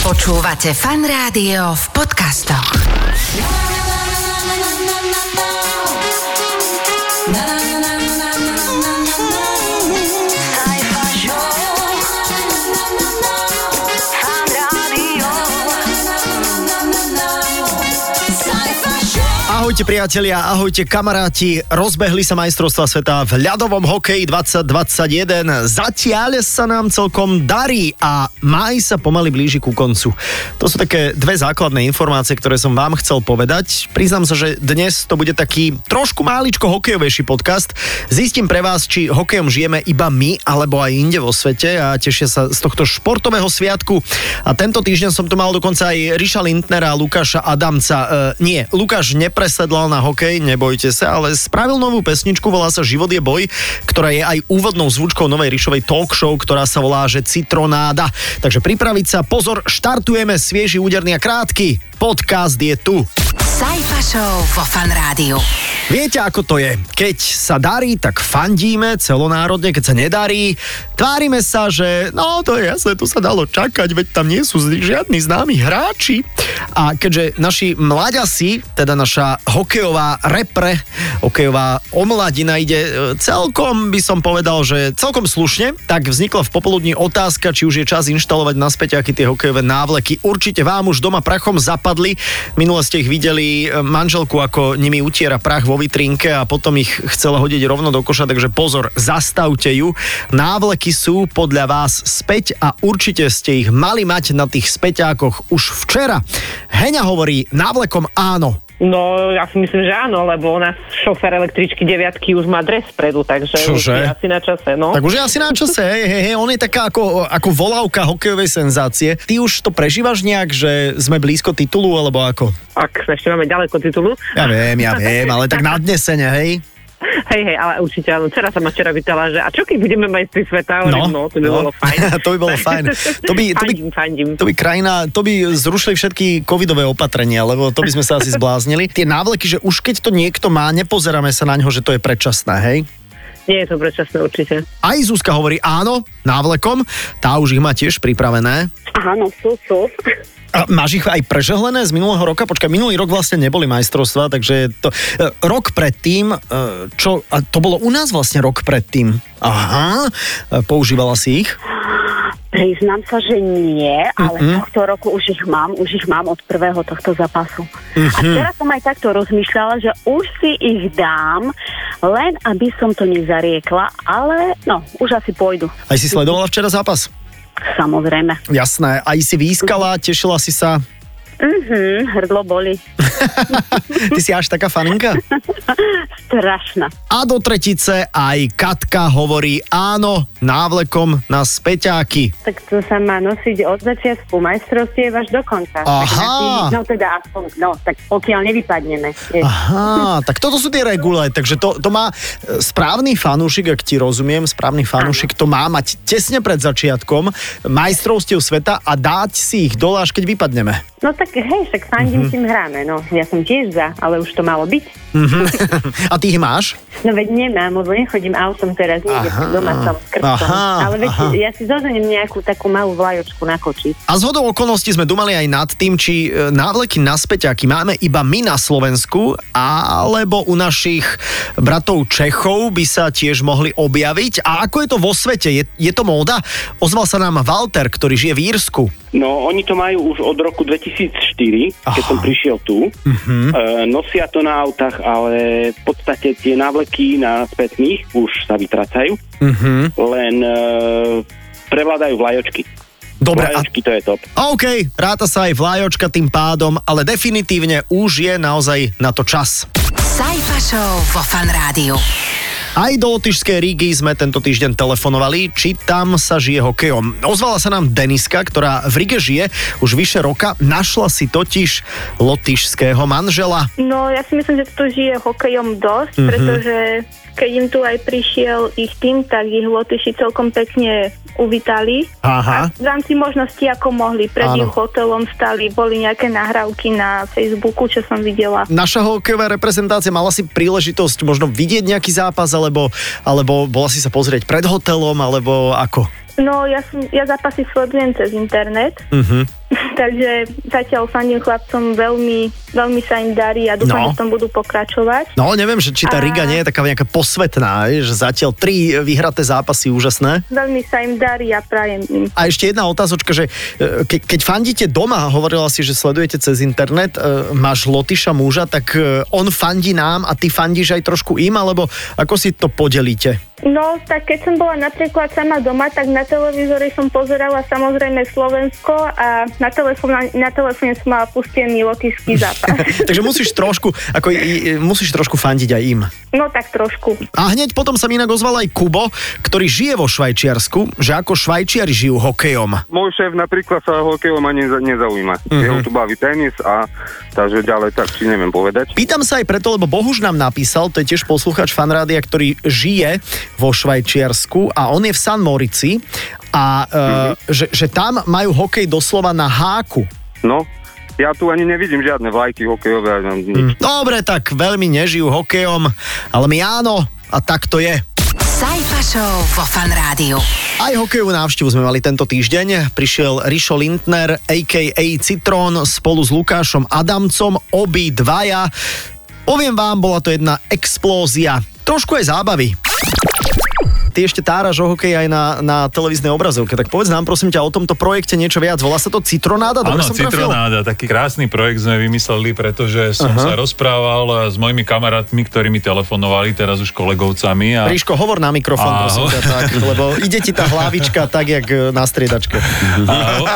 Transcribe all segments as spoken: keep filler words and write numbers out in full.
Počúvate Fan Rádio v podcastoch. Ahojte priatelia, ahojte kamaráti. Rozbehli sa majstrovstvá sveta v ľadovom hokeji dvadsať dvadsaťjeden. Zatiaľ sa nám celkom darí a máj sa pomaly blíži ku koncu. To sú také dve základné informácie, ktoré som vám chcel povedať. Priznám sa, že dnes to bude taký trošku máličko hokejovejší podcast. Zistím pre vás, či hokejom žijeme iba my, alebo aj inde vo svete a tešia sa z tohto športového sviatku. A tento týždeň som tu mal dokonca aj Ríša Lindnera a Lukáša Adamca. E, nie, Lukáš nepres sedlal na hokej, nebojte sa, ale spravil novú pesničku, volá sa Život je boj, ktorá je aj úvodnou zvučkou novej Ríšovej talk show, ktorá sa volá, že Citronáda. Takže pripraviť sa, pozor, štartujeme, svieži, úderný a krátky. Podcast je tu. Sajfa Show vo Fan Rádiu. Viete, ako to je? Keď sa darí, tak fandíme celonárodne, keď sa nedarí, tvárime sa, že no to je jasné, to sa dalo čakať, veď tam nie sú žiadni známi hráči. A keďže naši mladiasi, teda naša hokejová repre, hokejová omladina ide celkom, by som povedal, že celkom slušne, tak vznikla v popoludní otázka, či už je čas inštalovať naspäť aké tie hokejové návleky. Určite vám už doma prachom zapadli. Minule ste ich videli manželku, ako nimi utiera prach vo vitrínke a potom ich chcela hodiť rovno do koša, takže pozor, zastavte ju. Návleky sú podľa vás späť a určite ste ich mali mať na tých späťákoch už včera. Heňa hovorí návlekom áno. No, ja si myslím, že áno, lebo u nás šofér električky deviatky už má dres spredu, takže Čože? už je asi na čase, no. Tak už je asi na čase, hej, hej, hej, on je taká ako, ako volávka hokejovej senzácie. Ty už to prežívaš nejak, že sme blízko titulu, alebo ako? Ak ešte máme ďaleko titulu. Ja viem, ja viem, ale tak nadnesene, hej. Hej, hej, ale určite áno. Včera sa ma včera vytala, že a čo keď budeme majstri sveta? No, no, to by no. bolo fajn. to by bolo fajn. To by, to by, fandím, fandím. To by krajina, to by zrušili všetky covidové opatrenia, lebo to by sme sa asi zbláznili. Tie návleky, že už keď to niekto má, nepozeráme sa na ňo, že to je predčasné, hej? Nie je to predčasné určite. Aj Zuzka hovorí áno, návlekom. Tá už ich má tiež pripravené. Áno, sú, sú. A máš ich aj prežehlené z minulého roka? Počkaj, minulý rok vlastne neboli majstrovstvá, takže to, e, rok predtým, e, čo, a to bolo u nás vlastne rok predtým. Aha, e, používala si ich? Priznám sa, že nie, ale Mm-mm. tohto roku už ich mám, už ich mám od prvého tohto zápasu. Mm-hmm. A teraz som aj takto rozmýšľala, že už si ich dám, len aby som to nezariekla, ale no, už asi pôjdu. Aj si sledovala včera zápas? Samozrejme. Jasné, aj si výskala, tešila si sa? Mhm, hrdlo boli. Ty si až taká faninka? Strašná. A do tretice aj Katka hovorí áno, návlekom na späťáky. Tak to sa má nosiť od začiatku majstrovstiev až do konca. Aha. No teda aspoň, no, tak pokiaľ nevypadneme. Vieš. Aha, tak toto sú tie regule, takže to, to má správny fanúšik, ak ti rozumiem, správny fanúšik to má mať tesne pred začiatkom majstrovstiev sveta a dať si ich dole, až keď vypadneme. No tak hej, však fandím, mm-hmm. tým hráme, no. Ja som tiež za, ale už to malo byť. Mm-hmm. A ty ich máš? No veď nemám, lebo nechodím autom teraz, niekde doma som krptom. Ale veď aha. ja si zoženiem nejakú takú malú vlajočku na koči. A zhodou okolností sme dumali aj nad tým, či návleky na späťáky máme iba my na Slovensku, alebo u našich bratov Čechov by sa tiež mohli objaviť. A ako je to vo svete? Je, je to móda? Ozval sa nám Walter, ktorý žije v Írsku. No, oni to majú už od roku dvetisícštyri, keď som prišiel tu. Uh-huh. E, nosia to na autách, ale v podstate tie návleky na spätných už sa vytracajú. Uh-huh. Len e, prevládajú vlajočky. Dobre. Vlajočky, to je top. OK, ráta sa aj vlajočka tým pádom, ale definitívne už je naozaj na to čas. Sajfa Show vo Fan Rádiu. Aj do Lotyšskej Rígy sme tento týždeň telefonovali, či tam sa žije hokejom. Ozvala sa nám Deniska, ktorá v Rige žije už vyše roka. Našla si totiž lotyšského manžela. No, ja si myslím, že tu žije hokejom dosť, mm-hmm. pretože keď im tu aj prišiel ich tým, tak ich Lotyši celkom pekne uvítali. Aha. A v rámci možnosti, ako mohli, pred ich hotelom stali, boli nejaké nahrávky na Facebooku, čo som videla. Naša hokejová reprezentácia mala si príležitosť možno vidieť nejaký zápas, alebo, alebo bola si sa pozrieť pred hotelom, alebo ako? No, ja, som, ja zápasy sledujem cez internet. Uh-huh. takže zatiaľ fandím chlapcom veľmi, veľmi sa im darí a dúfam, No. že v tom budú pokračovať. No, neviem, že či tá A- Riga nie je taká nejaká posvetná, že zatiaľ tri vyhraté zápasy úžasné. Veľmi sa im darí a prajem im. A ešte jedna otázočka, že e, ke, keď fandíte doma, hovorila si, že sledujete cez internet, e, máš Lotyša muža, tak e, on fandí nám a ty fandíš aj trošku im, alebo ako si to podelíte? No, tak keď som bola napríklad sama doma, tak na televízore som pozerala samozrejme Slovensko a na telefóne, na telefóne som mala pustený lotyšský zápas. Takže musíš trošku, ako, i- i- musíš trošku fandiť aj im. No tak trošku. A hneď potom sa mi inak ozval aj Kubo, ktorý žije vo Švajčiarsku, že ako Švajčiari žijú hokejom. Môj šéf napríklad sa hokejom ani neza, nezaujíma. Uh-huh. Jeho tu baví tenis a takže ďalej tak si neviem povedať. Pýtam sa aj preto, lebo Bohuž nám napísal, to je tiež poslucháč Fanrádia, ktorý žije vo Švajčiarsku a on je v San Morici a uh, že, že tam majú hokej doslova na háku. No, ja tu ani nevidím žiadne vlajky hokejové. Nič. Dobre, tak veľmi nežijú hokejom, ale my áno a tak to je. Sajfa Show vo Fan Rádiu. Aj hokejovú návštevu sme mali tento týždeň. Prišiel Rišo Lindner, á ká á Citrón, spolu s Lukášom Adamcom, obi dvaja. Poviem vám, bola to jedna explózia. Trošku aj zábavy. Ty ešte táraš o hokej aj na, na televíznej obrazovke, tak povedz nám prosím ťa o tomto projekte niečo viac. Volá sa to Citronáda? Dobre Áno, som trafil? Citronáda, taký krásny projekt sme vymysleli, pretože som Aha. sa rozprával s mojimi kamarátmi, ktorí mi telefonovali, teraz už kolegovcami. A... Ríško, hovor na mikrofón, Áno. prosím ťa, tak, lebo ide ti tá hlavička tak, jak na striedačke. Áno.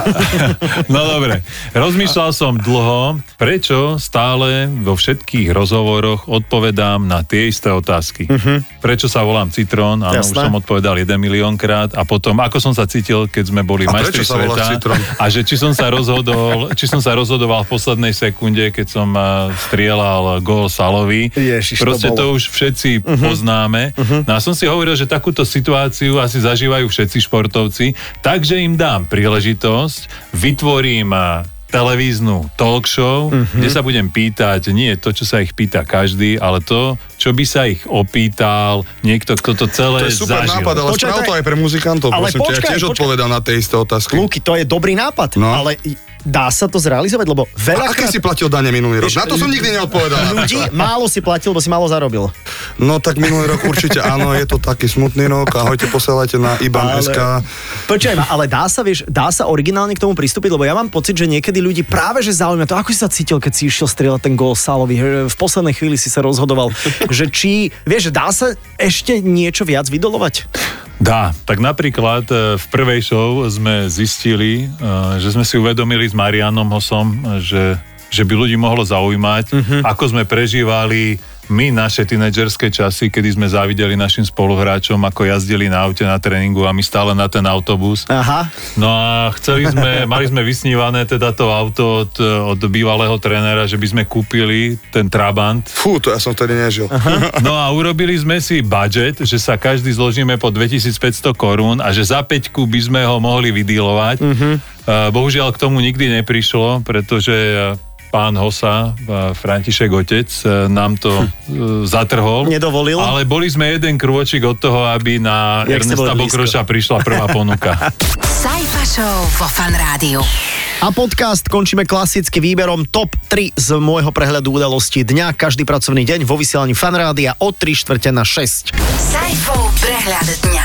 No dobre, rozmýšľal som dlho, prečo stále vo všetkých rozhovoroch odpovedám na tie isté otázky. Uh-huh. Prečo sa volám Citrón? Áno, už Jasné. som odpovedal jeden miliónkrát. A potom, ako som sa cítil, keď sme boli A majstri prečo sa volá sveta. Citrón? A že či som sa rozhodol, či som sa rozhodoval v poslednej sekunde, keď som uh, strieľal gól Salovi. Ježiš, to Proste to, bolo. už všetci Mhm. uh-huh. poznáme. Uh-huh. No a som si hovoril, že takúto situáciu asi zažívajú všetci športovci, takže im dám príležitosť, vytvorím uh, televíznu talk show, uh-huh. kde sa budem pýtať nie to, čo sa ich pýta každý, ale to, čo by sa ich opýtal niekto, kto to celé To je super zažil. nápad, ale Počkaj, sprav to to je- aj pre muzikantov, Ale prosím ťa. Ja počkaj, tiež počkaj. odpovedám na tie isté otázky. Luky, to je dobrý nápad, No. ale dá sa to zrealizovať, lebo A veľakrát... aký si platil dane minulý rok? Vieš, Na to som nikdy neodpovedal. ľudí málo si platil, lebo si málo zarobil. No tak minulý rok určite áno, je to taký smutný rok. Ahojte, posielajte na í bé á bodka es ká. Počkaj ma, ale dá sa, vieš, dá sa originálne k tomu pristúpiť, lebo ja mám pocit, že niekedy ľudí práve že zaujíma to, ako si sa cítil, keď si išiel strieľať ten gól Salovi, že v poslednej chvíli si sa rozhodoval, že či, vieš, že dá sa ešte niečo viac vydolovať? Dá. Tak napríklad e, v prvej show sme zistili, e, že sme si uvedomili s Marianom Hosom, že, že by ľudí mohlo zaujímať, uh-huh. ako sme prežívali my naše tínedžerské časy, kedy sme závideli našim spoluhráčom, ako jazdili na aute na tréningu a my stále na ten autobus. Aha. No a chceli sme, mali sme vysnívané teda to auto od, od bývalého trénera, že by sme kúpili ten Trabant. Fú, to ja som vtedy nežil. No a urobili sme si budget, že sa každý zložíme po dvetisícpäťsto korún a že za päťku by sme ho mohli vydílovať. Uh-huh. Bohužiaľ k tomu nikdy neprišlo, pretože pán Hosa, František otec, nám to zatrhol. Nedovolil. Ale boli sme jeden krôčik od toho, aby na Jak ste Ernesta boli blízko. Bokroša prišla prvá ponuka. Sajfa Show vo Fan Rádiu. A podcast končíme klasicky výberom top tri z môjho prehľadu udalostí dňa. Každý pracovný deň vo vysielaní Fan Rádia od tri štvrte na šesť. Sajfov prehľad dňa.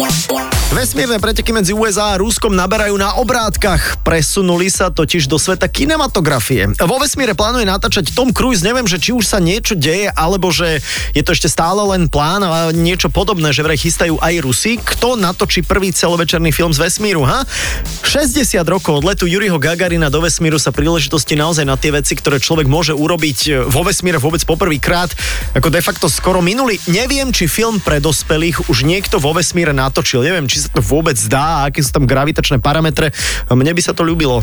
Vesmírne preteky medzi ú es á a Ruskom naberajú na obrátkach. Presunuli sa totiž do sveta kinematografie. Vo vesmíre plánuje natáčať Tom Cruise. Neviem, že či už sa niečo deje, alebo že je to ešte stále len plán a niečo podobné, že vraj chystajú aj Rusi. Kto natočí prvý celovečerný film z vesmíru, ha? šesťdesiat rokov od letu Juriho Gagarina do vesmíru sa príležitosti naozaj na tie veci, ktoré človek môže urobiť vo vesmíre vôbec poprvýkrát, ako de facto skoro minuli. Neviem, či film pre dospelých už niekto vo vesmíre natočil. Neviem, či sa to vôbec dá, aké sú tam gravitačné parametre. Mne by sa to ľúbilo.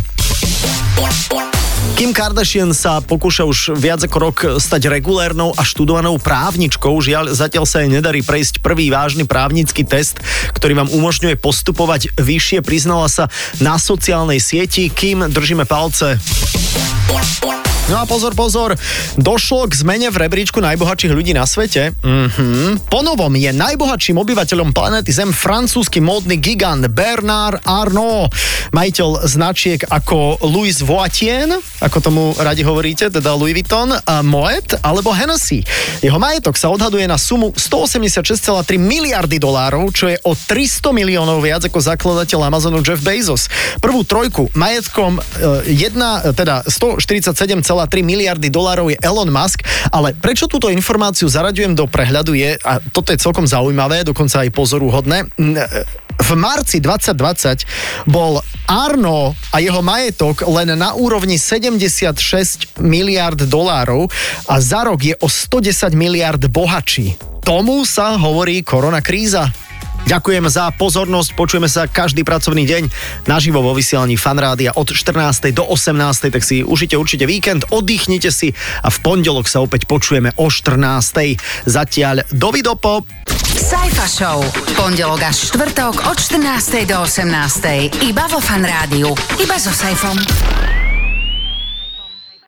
Kim Kardashian sa pokúša už viac ako rok stať regulérnou a študovanou právničkou. Žiaľ, zatiaľ sa jej nedarí prejsť prvý vážny právnický test, ktorý vám umožňuje postupovať vyššie. Priznala sa na sociálnej sieti. Kim, držíme palce. No a pozor, pozor, došlo k zmene v rebríčku najbohatších ľudí na svete. Mhm. Ponovom je najbohatším obyvateľom planéty Zem francúzsky módny gigant Bernard Arnault, majiteľ značiek ako Louis Vuitton, ako tomu radi hovoríte, teda Louis Vuitton, Moet alebo Hennessy. Jeho majetok sa odhaduje na sumu stoosemdesiatšesť celá tri miliardy dolárov, čo je o tristo miliónov viac ako zakladateľ Amazonu Jeff Bezos. Prvú trojku majetkom jedna, teda stoštyridsaťsedem celá tri miliardy dolárov je Elon Musk, ale prečo túto informáciu zaraďujem do prehľadu je, a toto je celkom zaujímavé, dokonca aj pozoruhodné, v marci dvadsať dvadsať bol Arnault a jeho majetok len na úrovni sedemdesiatšesť miliárd dolárov a za rok je o stodesať miliárd bohatší. Tomu sa hovorí koronakríza. Ďakujem za pozornosť, počujeme sa každý pracovný deň naživo vo vysielaní Fan Rádia od štrnástej do osemnástej, tak si užite určite víkend, oddychnite si a v pondelok sa opäť počujeme o štrnástej. Zatiaľ dovidopo. Sajfa Show. Pondelok až štvrtok od štrnástej do osemnástej. Iba vo Fan Rádiu. Iba so Sajfom.